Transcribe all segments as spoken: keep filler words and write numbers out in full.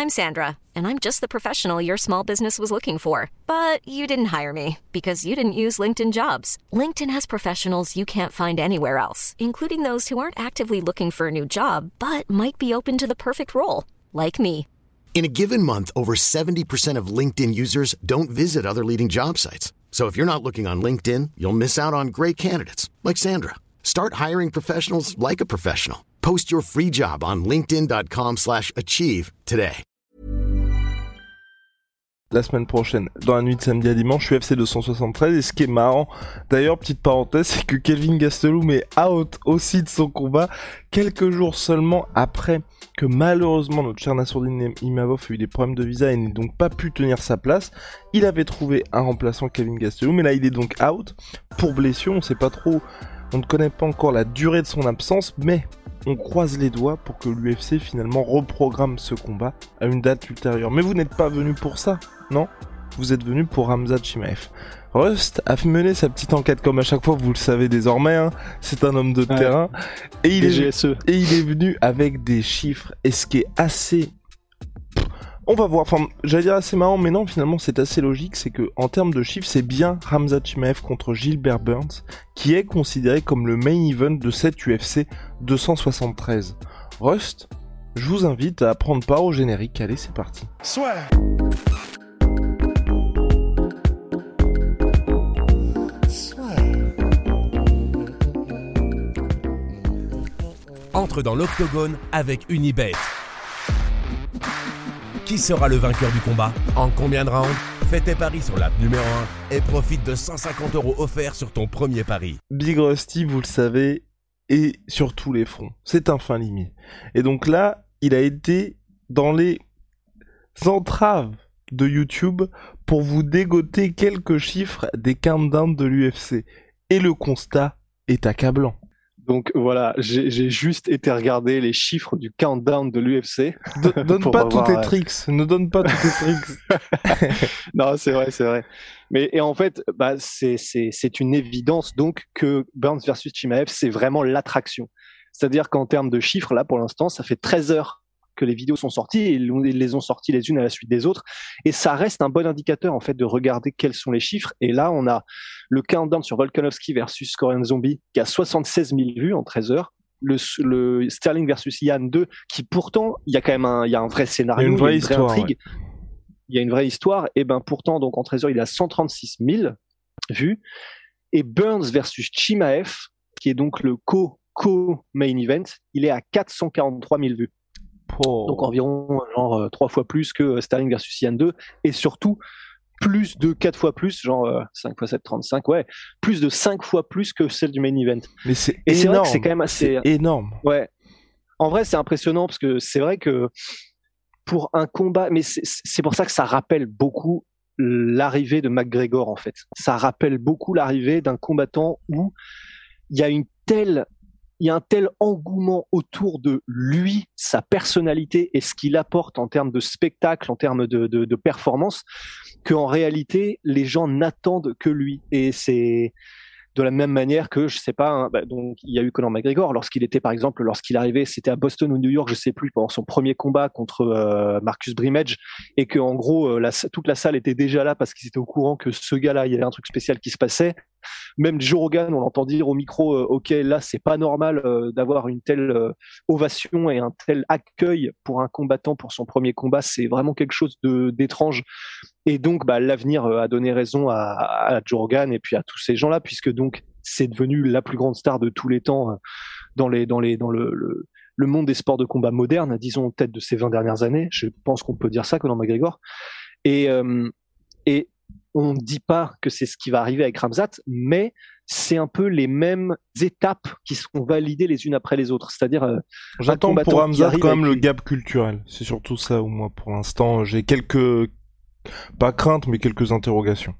I'm Sandra, and I'm just the professional your small business was looking for. But you didn't hire me because you didn't use LinkedIn Jobs. LinkedIn has professionals you can't find anywhere else, including those who aren't actively looking for a new job, but might be open to the perfect role, like me. In a given month, over seventy percent of LinkedIn users don't visit other leading job sites. So if you're not looking on LinkedIn, you'll miss out on great candidates like Sandra. Start hiring professionals like a professional. Post your free job on linkedin.com slash achieve today. La semaine prochaine, dans la nuit de samedi à dimanche, U F C deux cent soixante-treize. Et ce qui est marrant, d'ailleurs, petite parenthèse, c'est que Kelvin Gastelum est out aussi de son combat quelques jours seulement après que malheureusement notre cher Nassourdine Imavov a eu des problèmes de visa et n'a donc pas pu tenir sa place. Il avait trouvé un remplaçant, Kelvin Gastelum, mais là il est donc out pour blessure. On sait pas trop, on ne connaît pas encore la durée de son absence, mais on croise les doigts pour que l'U F C finalement reprogramme ce combat à une date ultérieure. Mais vous n'êtes pas venu pour ça, non ? Vous êtes venu pour Khamzat Chimaev. Rust a mené sa petite enquête comme à chaque fois, vous le savez désormais, hein, c'est un homme de ouais. terrain. Et il, est, et il est venu avec des chiffres, et ce qui est assez... On va voir, enfin, j'allais dire assez marrant, mais non, finalement, c'est assez logique, c'est que, en termes de chiffres, c'est bien Khamzat Chimaev contre Gilbert Burns, qui est considéré comme le main event de cette U F C deux cent soixante-treize. Rust, je vous invite à prendre part au générique, allez, c'est parti. Soit. Entre dans l'octogone avec Unibet. Qui sera le vainqueur du combat ? En combien de rounds ? Fais tes paris sur l'app numéro un et profite de cent cinquante euros offerts sur ton premier pari. Big Rusty, vous le savez, est sur tous les fronts. C'est un fin limier. Et donc là, il a été dans les entraves de YouTube pour vous dégoter quelques chiffres des countdowns de l'U F C. Et le constat est accablant. Donc voilà, j'ai, j'ai juste été regarder les chiffres du countdown de l'U F C. De, donne pas tous tes tricks, ne donne pas tous tes tricks. Non, c'est vrai, c'est vrai. Mais et en fait, bah c'est c'est c'est une évidence donc que Burns versus Chimaev, c'est vraiment l'attraction. C'est-à-dire qu'en termes de chiffres, là pour l'instant, ça fait treize heures que les vidéos sont sorties et ils les ont sorties les unes à la suite des autres. Et ça reste un bon indicateur, en fait, de regarder quels sont les chiffres. Et là, on a le countdown sur Volkanovski versus Korean Zombie qui a soixante-seize mille vues en treize heures. Le, le Sterling versus Yann deux qui pourtant, il y a quand même un, il y a un vrai scénario, il y a une vraie, il y a une vraie histoire, intrigue. Ouais. Il y a une vraie histoire. Et ben, pourtant, donc, en treize heures, il a cent trente-six mille vues. Et Burns versus Chimaev, qui est donc le co, co-main event, il est à quatre cent quarante-trois mille vues. Oh. Donc environ genre euh, trois fois plus que Sterling versus Yann deux et surtout plus de quatre fois plus, genre euh, cinq fois sept, trente-cinq, ouais, plus de cinq fois plus que celle du main event. Mais c'est et énorme. C'est vrai que c'est quand même assez c'est énorme. Ouais. En vrai, c'est impressionnant parce que c'est vrai que pour un combat, mais c'est, c'est pour ça que ça rappelle beaucoup l'arrivée de McGregor en fait. Ça rappelle beaucoup l'arrivée d'un combattant où il y a une telle il y a un tel engouement autour de lui, sa personnalité et ce qu'il apporte en termes de spectacle, en termes de, de, de performance, qu'en réalité, les gens n'attendent que lui. Et c'est de la même manière que, je sais pas, hein, bah, donc il y a eu Conor McGregor, lorsqu'il était, par exemple, lorsqu'il arrivait, c'était à Boston ou New York, je sais plus, pendant son premier combat contre euh, Marcus Brimage, et que en gros, euh, la, toute la salle était déjà là parce qu'ils étaient au courant que ce gars-là, il y avait un truc spécial qui se passait. Même Joe Rogan, on l'entend dire au micro, euh, ok, là, c'est pas normal euh, d'avoir une telle euh, ovation et un tel accueil pour un combattant pour son premier combat, c'est vraiment quelque chose de, d'étrange. Et donc, bah, l'avenir euh, a donné raison à, à Joe Rogan et puis à tous ces gens-là, puisque donc c'est devenu la plus grande star de tous les temps euh, dans les, dans les, dans le, le, le monde des sports de combat modernes, disons peut-être de ces vingt dernières années. Je pense qu'on peut dire ça, Conor McGregor. Et, euh, et on ne dit pas que c'est ce qui va arriver avec Khamzat, mais c'est un peu les mêmes étapes qui seront validées les unes après les autres. C'est-à-dire, euh, j'attends pour Khamzat quand même le gap culturel. C'est surtout ça où moi, pour l'instant, j'ai quelques, pas craintes, mais quelques interrogations.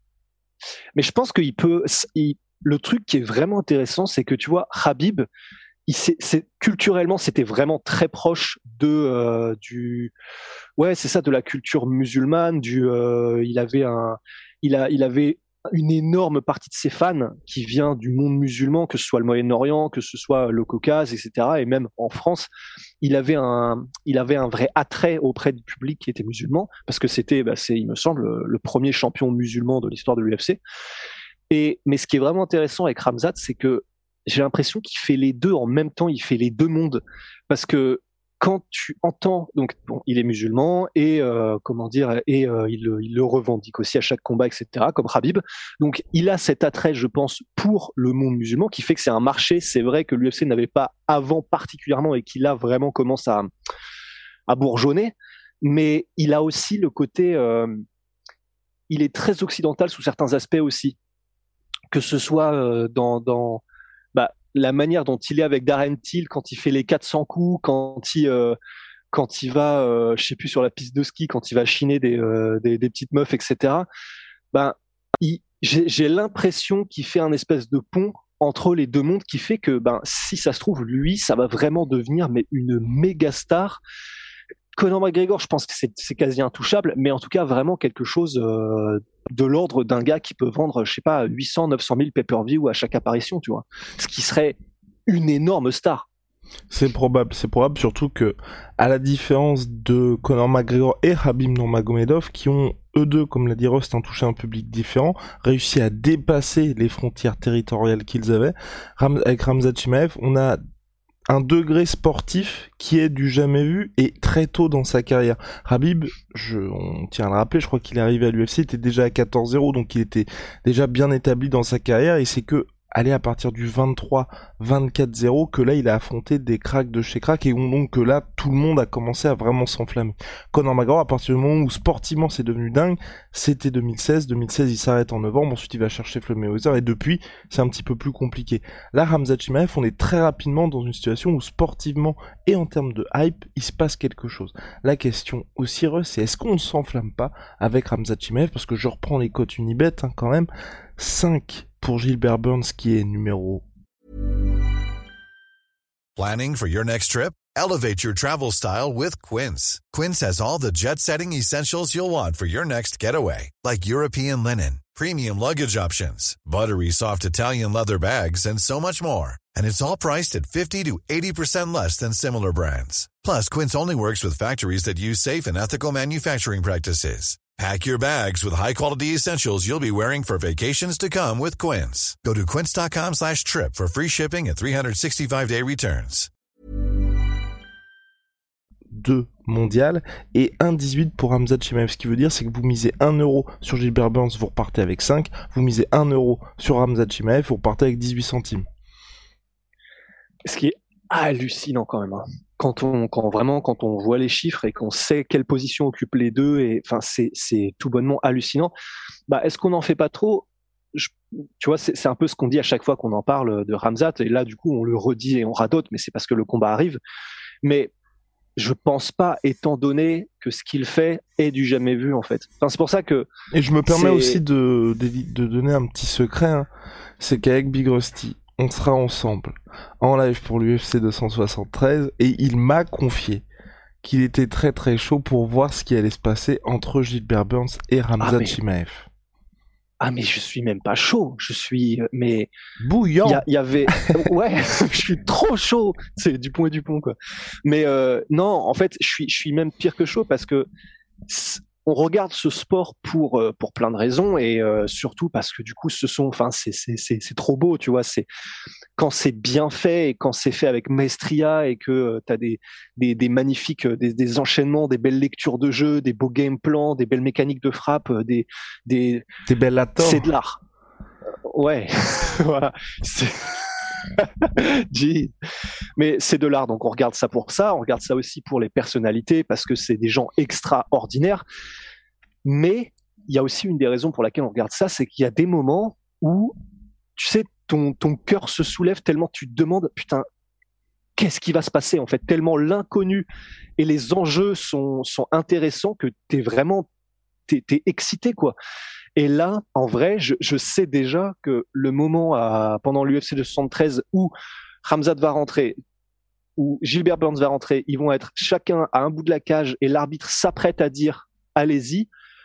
Mais je pense qu'il peut, il... le truc qui est vraiment intéressant, c'est que tu vois, Khabib, il c'est, c'est, culturellement, c'était vraiment très proche de euh, du, ouais, c'est ça, de la culture musulmane. Du, euh, il avait un, il a, il avait une énorme partie de ses fans qui vient du monde musulman, que ce soit le Moyen-Orient, que ce soit le Caucase, et cetera. Et même en France, il avait un, il avait un vrai attrait auprès du public qui était musulman, parce que c'était, bah, c'est, il me semble, le premier champion musulman de l'histoire de l'U F C. Et, mais ce qui est vraiment intéressant avec Khamzat, c'est que j'ai l'impression qu'il fait les deux en même temps, il fait les deux mondes. Parce que quand tu entends, donc bon, il est musulman et euh, comment dire, et euh, il, il le revendique aussi à chaque combat, et cetera. Comme Khabib. Donc il a cet attrait, je pense, pour le monde musulman, qui fait que c'est un marché. C'est vrai que l'U F C n'avait pas avant particulièrement et qu'il a vraiment commence à à bourgeonner. Mais il a aussi le côté, euh, il est très occidental sous certains aspects aussi, que ce soit euh, dans dans bah, la manière dont il est avec Darren Till quand il fait les quatre cents coups, quand il euh, quand il va, euh, je sais plus, sur la piste de ski, quand il va chiner des euh, des, des petites meufs, et cetera. Ben, il, j'ai, j'ai l'impression qu'il fait un espèce de pont entre les deux mondes, qui fait que, ben, si ça se trouve, lui, ça va vraiment devenir mais une méga star. Conor McGregor, je pense que c'est, c'est quasi intouchable, mais en tout cas vraiment quelque chose euh, de l'ordre d'un gars qui peut vendre, je sais pas, huit cents, neuf cent mille pay-per-view à chaque apparition, tu vois. Ce qui serait une énorme star. C'est probable, c'est probable, surtout que, à la différence de Conor McGregor et Khabib Nurmagomedov, qui ont, eux deux, comme l'a dit Rust, hein, touché un public différent, réussi à dépasser les frontières territoriales qu'ils avaient, Ram- avec Khamzat Chimaev, on a un degré sportif qui est du jamais vu et très tôt dans sa carrière. Khabib, je, on tient à le rappeler, je crois qu'il est arrivé à l'U F C, il était déjà à quatorze zéro, donc il était déjà bien établi dans sa carrière, et c'est que aller à partir du vingt-trois vingt-quatre zéro que là il a affronté des cracks de chez crack, et donc que là tout le monde a commencé à vraiment s'enflammer. Conor McGregor, à partir du moment où sportivement c'est devenu dingue, c'était deux mille seize. deux mille seize il s'arrête en novembre, ensuite il va chercher Floyd Mayweather, et depuis c'est un petit peu plus compliqué. Là Khamzat Chimaev, on est très rapidement dans une situation où sportivement et en termes de hype il se passe quelque chose. La question aussi, c'est est-ce qu'on ne s'enflamme pas avec Khamzat Chimaev, parce que je reprends les cotes Unibet hein, quand même, cinq pour Gilbert Burns qui est numéro. Planning for your next trip? Elevate your travel style with Quince. Quince has all the jet-setting essentials you'll want for your next getaway, like European linen, premium luggage options, buttery soft Italian leather bags, and so much more. And it's all priced at fifty to eighty percent less than similar brands. Plus, Quince only works with factories that use safe and ethical manufacturing practices. Pack your bags with high-quality essentials you'll be wearing for vacations to come with Quince. Go to quince.com slash trip for free shipping and three sixty-five day returns. deux mondial et un virgule dix-huit pour Khamzat Chimaev. Ce qui veut dire, c'est que vous misez un euro sur Gilbert Burns, vous repartez avec cinq. Vous misez un euro sur Khamzat Chimaev, vous repartez avec dix-huit centimes. Ce qui est hallucinant quand même. Hein. Quand on, quand vraiment, quand on voit les chiffres et qu'on sait quelle position occupent les deux, et enfin, c'est, c'est tout bonnement hallucinant. Bah, est-ce qu'on n'en fait pas trop? Je, tu vois, c'est, c'est un peu ce qu'on dit à chaque fois qu'on en parle de Khamzat, et là, du coup, on le redit et on radote, mais c'est parce que le combat arrive. Mais je pense pas, étant donné que ce qu'il fait est du jamais vu, en fait. Enfin, c'est pour ça que. Et je me permets c'est... aussi de, de, de donner un petit secret, hein. C'est qu'avec Big Rusty, on sera ensemble en live pour l'U F C deux cent soixante-treize, et il m'a confié qu'il était très très chaud pour voir ce qui allait se passer entre Gilbert Burns et Khamzat ah, mais... Chimaev. Ah mais je suis même pas chaud, je suis mais bouillant. Il y, y avait ouais, je suis trop chaud, c'est Dupont et Dupont quoi. Mais euh, non, en fait, je suis je suis même pire que chaud parce que on regarde ce sport pour pour plein de raisons, et euh, surtout parce que du coup ce sont enfin c'est c'est c'est c'est trop beau, tu vois, c'est quand c'est bien fait et quand c'est fait avec maestria et que euh, tu as des des des magnifiques des des enchaînements, des belles lectures de jeu, des beaux game plans, des belles mécaniques de frappe, des des des belles attentes. C'est de l'art. Ouais. Voilà, c'est Gee. Mais c'est de l'art, donc on regarde ça pour ça, on regarde ça aussi pour les personnalités parce que c'est des gens extraordinaires. Mais il y a aussi une des raisons pour laquelle on regarde ça, c'est qu'il y a des moments où, tu sais, ton, ton cœur se soulève tellement tu te demandes, putain, qu'est-ce qui va se passer en fait, tellement l'inconnu et les enjeux sont, sont intéressants que t'es vraiment, t'es, t'es excité quoi. Et là, en vrai, je, je sais déjà que le moment à, pendant l'U F C deux cent soixante-treize où Khamzat va rentrer, où Gilbert Burns va rentrer, ils vont être chacun à un bout de la cage et l'arbitre s'apprête à dire allez-y.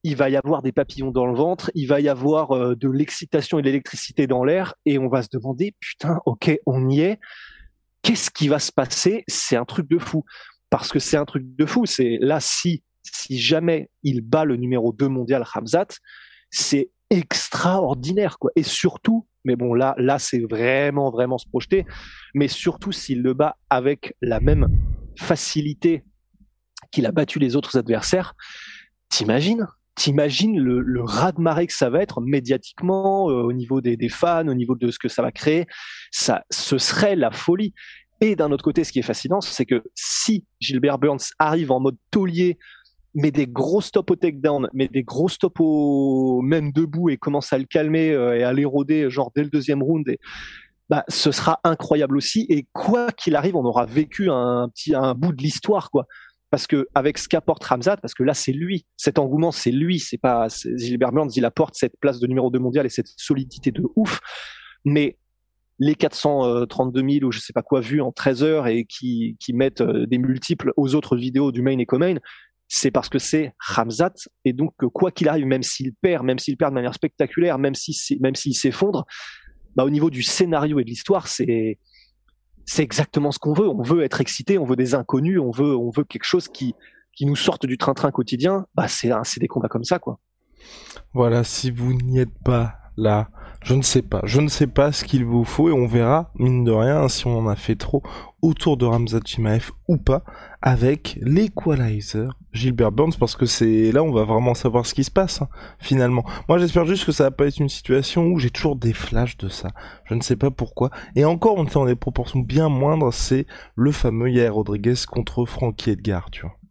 il va y avoir des papillons dans le ventre, il va y avoir euh, de l'excitation et de l'électricité dans l'air, et on va se demander, putain, ok, on y est, qu'est-ce qui va se passer? C'est un truc de fou. Parce que c'est un truc de fou. C'est là, si, si jamais il bat le numéro deux mondial, Khamzat, c'est extraordinaire, quoi. Et surtout, mais bon, là, là, c'est vraiment, vraiment se projeter, mais surtout s'il le bat avec la même facilité qu'il a battu les autres adversaires, t'imagines? T'imagines le, le raz-de-marée que ça va être médiatiquement, euh, au niveau des, des fans, au niveau de ce que ça va créer. Ça, ce serait la folie. Et d'un autre côté, ce qui est fascinant, c'est que si Gilbert Burns arrive en mode taulier, met des gros stops au takedown, met des gros stops au même debout et commence à le calmer euh, et à l'éroder genre dès le deuxième round, et, bah, ce sera incroyable aussi. Et quoi qu'il arrive, on aura vécu un petit un bout de l'histoire, quoi. Parce que avec ce qu'apporte Khamzat, parce que là c'est lui, cet engouement c'est lui, c'est pas c'est Gilbert Burns, il apporte cette place de numéro deux mondial et cette solidité de ouf. Mais les quatre cent trente-deux mille ou je sais pas quoi vus en treize heures et qui qui mettent des multiples aux autres vidéos du main et co-main, c'est parce que c'est Khamzat. Et donc quoi qu'il arrive, même s'il perd, même s'il perd de manière spectaculaire, même si même s'il s'effondre, bah au niveau du scénario et de l'histoire, c'est c'est exactement ce qu'on veut. On veut être excité, on veut des inconnus, on veut, on veut quelque chose qui, qui nous sorte du train-train quotidien. Bah, c'est, c'est des combats comme ça, quoi. Voilà, si vous n'y êtes pas là, je ne sais pas. Je ne sais pas ce qu'il vous faut et on verra, mine de rien, si on en a fait trop autour de Khamzat Chimaev ou pas, avec l'Equalizer Gilbert Burns, parce que c'est là on va vraiment savoir ce qui se passe, hein, finalement. Moi j'espère juste que ça va pas être une situation où j'ai toujours des flashs de ça. Je ne sais pas pourquoi. Et encore, on était dans des proportions bien moindres, c'est le fameux Yair Rodriguez contre Frankie Edgar, tu vois.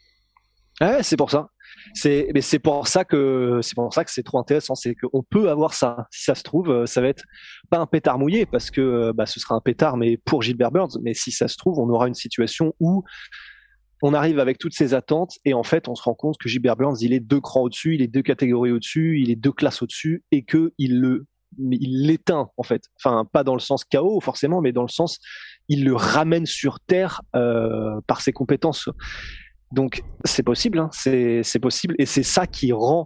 Ouais, c'est pour ça. C'est, mais c'est pour ça que c'est pour ça que c'est trop intéressant, c'est qu'on peut avoir ça. Si ça se trouve, ça va être pas un pétard mouillé parce que bah, ce sera un pétard, mais pour Gilbert Burns. Mais si ça se trouve, on aura une situation où on arrive avec toutes ces attentes et en fait, on se rend compte que Gilbert Burns, il est deux crans au-dessus, il est deux catégories au-dessus, il est deux classes au-dessus et que il le, il l'éteint en fait. Enfin, pas dans le sens K O forcément, mais dans le sens, il le ramène sur terre euh, par ses compétences. Donc c'est possible, hein, c'est, c'est possible, et c'est ça qui rend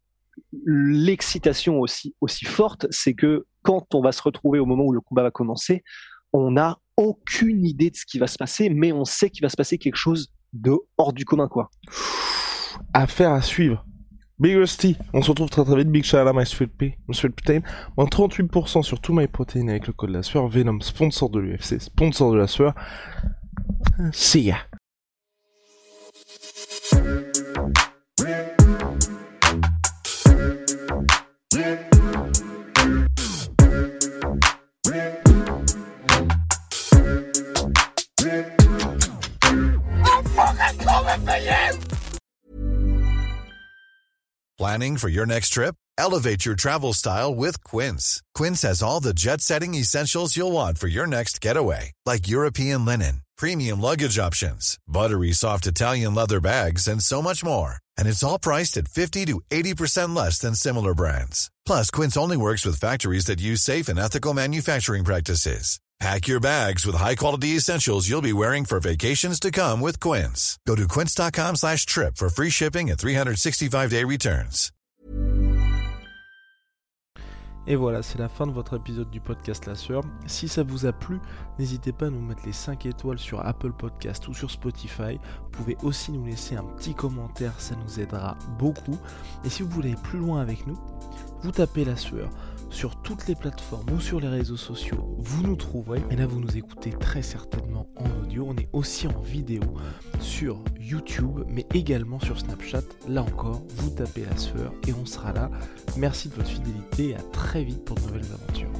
l'excitation aussi, aussi forte, c'est que quand on va se retrouver au moment où le combat va commencer, on n'a aucune idée de ce qui va se passer, mais on sait qu'il va se passer quelque chose de hors du commun, quoi. Affaire à suivre. Big Rusty, on se retrouve très très vite. Big shout out à MySweetPea, MySweetPea, moins trente-huit pour cent sur tout MyProtein avec le code de la sueur. Venom, sponsor de l'U F C, sponsor de la sueur. See ya. Planning for your next trip? Elevate your travel style with Quince. Quince has all the jet-setting essentials you'll want for your next getaway, like European linen, premium luggage options, buttery soft Italian leather bags, and so much more. And it's all priced at fifty to eighty percent less than similar brands. Plus, Quince only works with factories that use safe and ethical manufacturing practices. Pack your bags with high-quality essentials you'll be wearing for vacations to come with Quince. Go to quince.com slash trip for free shipping and three sixty-five day returns. Et voilà, c'est la fin de votre épisode du podcast La Sueur. Si ça vous a plu, n'hésitez pas à nous mettre les cinq étoiles sur Apple Podcast ou sur Spotify. Vous pouvez aussi nous laisser un petit commentaire, ça nous aidera beaucoup. Et si vous voulez aller plus loin avec nous, vous tapez La Sueur sur toutes les plateformes ou sur les réseaux sociaux, vous nous trouverez. Et là, vous nous écoutez très certainement en audio. On est aussi en vidéo sur YouTube, mais également sur Snapchat. Là encore, vous tapez La Sueur et on sera là. Merci de votre fidélité et à très vite pour de nouvelles aventures.